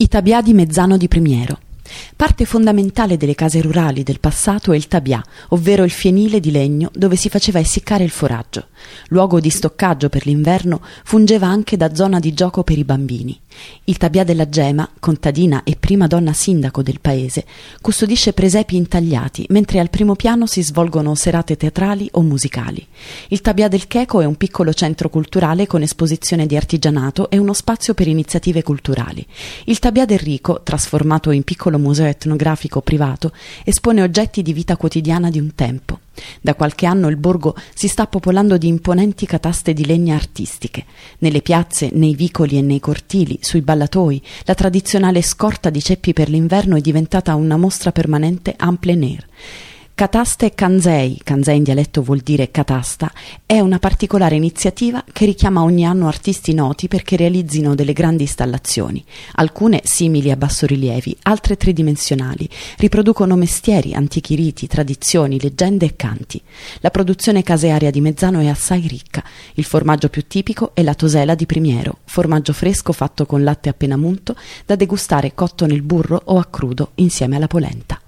I tabià di Mezzano di Primiero. Parte fondamentale delle case rurali del passato è il tabià, ovvero il fienile di legno dove si faceva essiccare il foraggio. Luogo di stoccaggio per l'inverno, fungeva anche da zona di gioco per i bambini. Il tabià della Gema, contadina e prima donna sindaco del paese, custodisce presepi intagliati, mentre al primo piano si svolgono serate teatrali o musicali. Il tabià del Checo è un piccolo centro culturale con esposizione di artigianato e uno spazio per iniziative culturali. Il tabià del Rico, trasformato in piccolo museo etnografico privato, espone oggetti di vita quotidiana di un tempo. Da qualche anno il borgo si sta popolando di imponenti cataste di legna artistiche. Nelle piazze, nei vicoli e nei cortili, sui ballatoi, la tradizionale scorta di ceppi per l'inverno è diventata una mostra permanente en plein air. Cataste Kanzei in dialetto vuol dire catasta, è una particolare iniziativa che richiama ogni anno artisti noti perché realizzino delle grandi installazioni, alcune simili a bassorilievi, altre tridimensionali, riproducono mestieri, antichi riti, tradizioni, leggende e canti. La produzione casearia di Mezzano è assai ricca, il formaggio più tipico è la tosela di Primiero, formaggio fresco fatto con latte appena munto, da degustare cotto nel burro o a crudo insieme alla polenta.